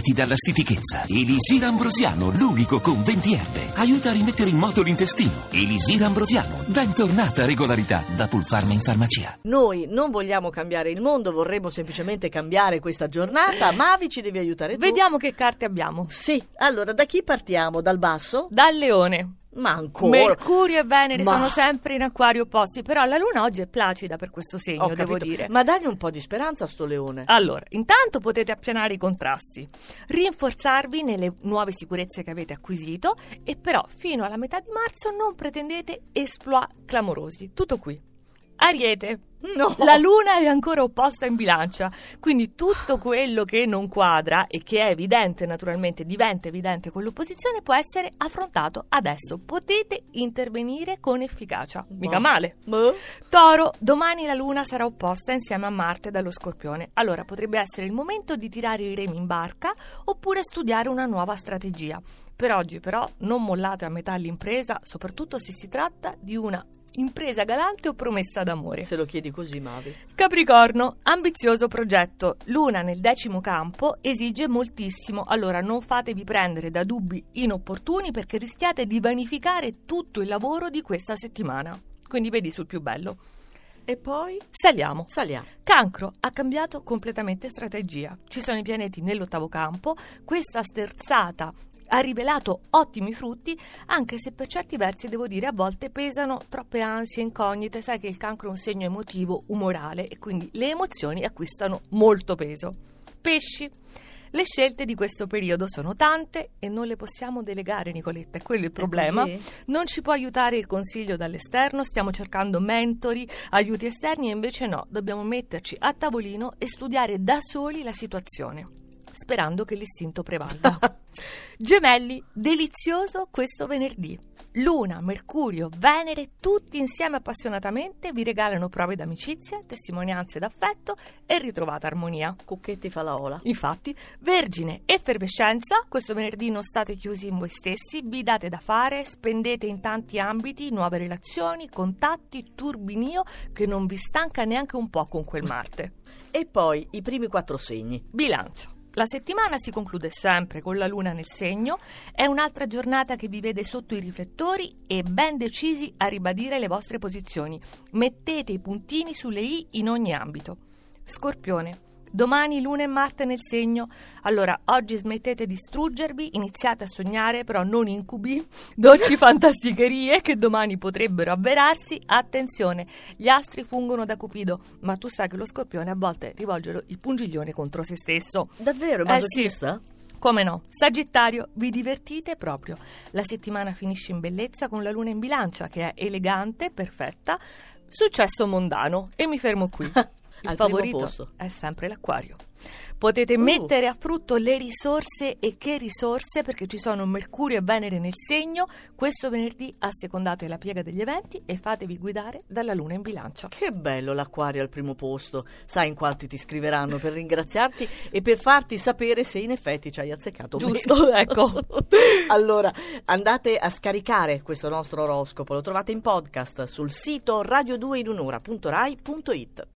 liberarti dalla stitichezza. Elisir Ambrosiano, l'unico con 20 erbe. Aiuta a rimettere in moto l'intestino. Elisir Ambrosiano, bentornata regolarità da Pulpharma in farmacia. Noi non vogliamo cambiare il mondo, vorremmo semplicemente cambiare questa giornata. Mavi, ci devi aiutare tu. Vediamo che carte abbiamo. Sì, allora da chi partiamo? Dal basso? Dal Leone. Ma ancora? Mercurio e Venere sono sempre in acquario opposti, però la luna oggi è placida per questo segno, devo dire. Ma dagli un po' di speranza a sto Leone. Allora, intanto potete appianare i contrasti, rinforzarvi nelle nuove sicurezze che avete acquisito e però fino alla metà di marzo non pretendete exploit clamorosi. Tutto qui. Ariete. No. La luna è ancora opposta in bilancia, quindi tutto quello che non quadra e che è evidente, naturalmente diventa evidente con l'opposizione, può essere affrontato adesso. Potete intervenire con efficacia. Mica male. Toro, domani la luna sarà opposta insieme a Marte dallo Scorpione. Allora potrebbe essere il momento di tirare i remi in barca oppure studiare una nuova strategia. Per oggi però non mollate a metà l'impresa, soprattutto se si tratta di una impresa galante o promessa d'amore. Se lo chiedi così, Mavi. Capricorno, ambizioso progetto. Luna nel 10° campo esige moltissimo, allora non fatevi prendere da dubbi inopportuni perché rischiate di vanificare tutto il lavoro di questa settimana. Quindi vedi sul più bello. E poi? Saliamo. Cancro ha cambiato completamente strategia. Ci sono i pianeti nell'8° campo. Questa sterzata ha rivelato ottimi frutti, anche se per certi versi, devo dire, a volte pesano troppe ansie, incognite. Sai che il Cancro è un segno emotivo, umorale, e quindi le emozioni acquistano molto peso. Pesci. Le scelte di questo periodo sono tante e non le possiamo delegare, Nicoletta, è quello il problema. Non ci può aiutare il consiglio dall'esterno, stiamo cercando mentori, aiuti esterni, e invece no, dobbiamo metterci a tavolino e studiare da soli la situazione, sperando che l'istinto prevalga. Gemelli, delizioso questo venerdì. Luna, Mercurio, Venere, tutti insieme appassionatamente vi regalano prove d'amicizia, testimonianze d'affetto e ritrovata armonia. Cucchetti fa la ola. Infatti, Vergine, effervescenza, questo venerdì non state chiusi in voi stessi, vi date da fare, spendete in tanti ambiti, nuove relazioni, contatti, turbinio che non vi stanca neanche un po' con quel Marte. E poi i primi 4 segni. Bilancio. La settimana si conclude sempre con la luna nel segno, è un'altra giornata che vi vede sotto i riflettori e ben decisi a ribadire le vostre posizioni. Mettete i puntini sulle i in ogni ambito. Scorpione, domani Luna e Marte nel segno, allora oggi smettete di struggervi, iniziate a sognare, però non incubi, dolci fantasticherie che domani potrebbero avverarsi. Attenzione, gli astri fungono da Cupido, ma tu sai che lo Scorpione a volte rivolge il pungiglione contro se stesso. Davvero? Masochista? Sì. Come no? Sagittario, vi divertite proprio. La settimana finisce in bellezza con la luna in bilancia che è elegante, perfetta, successo mondano, e mi fermo qui. Il favorito è sempre l'Acquario. Potete mettere a frutto le risorse, e che risorse, perché ci sono Mercurio e Venere nel segno. Questo venerdì assecondate la piega degli eventi e fatevi guidare dalla luna in bilancia. Che bello l'Acquario al primo posto. Sai in quanti ti scriveranno per ringraziarti e per farti sapere se in effetti ci hai azzeccato. Giusto, ecco. Allora, andate a scaricare questo nostro oroscopo, lo trovate in podcast sul sito radio2inunora.rai.it.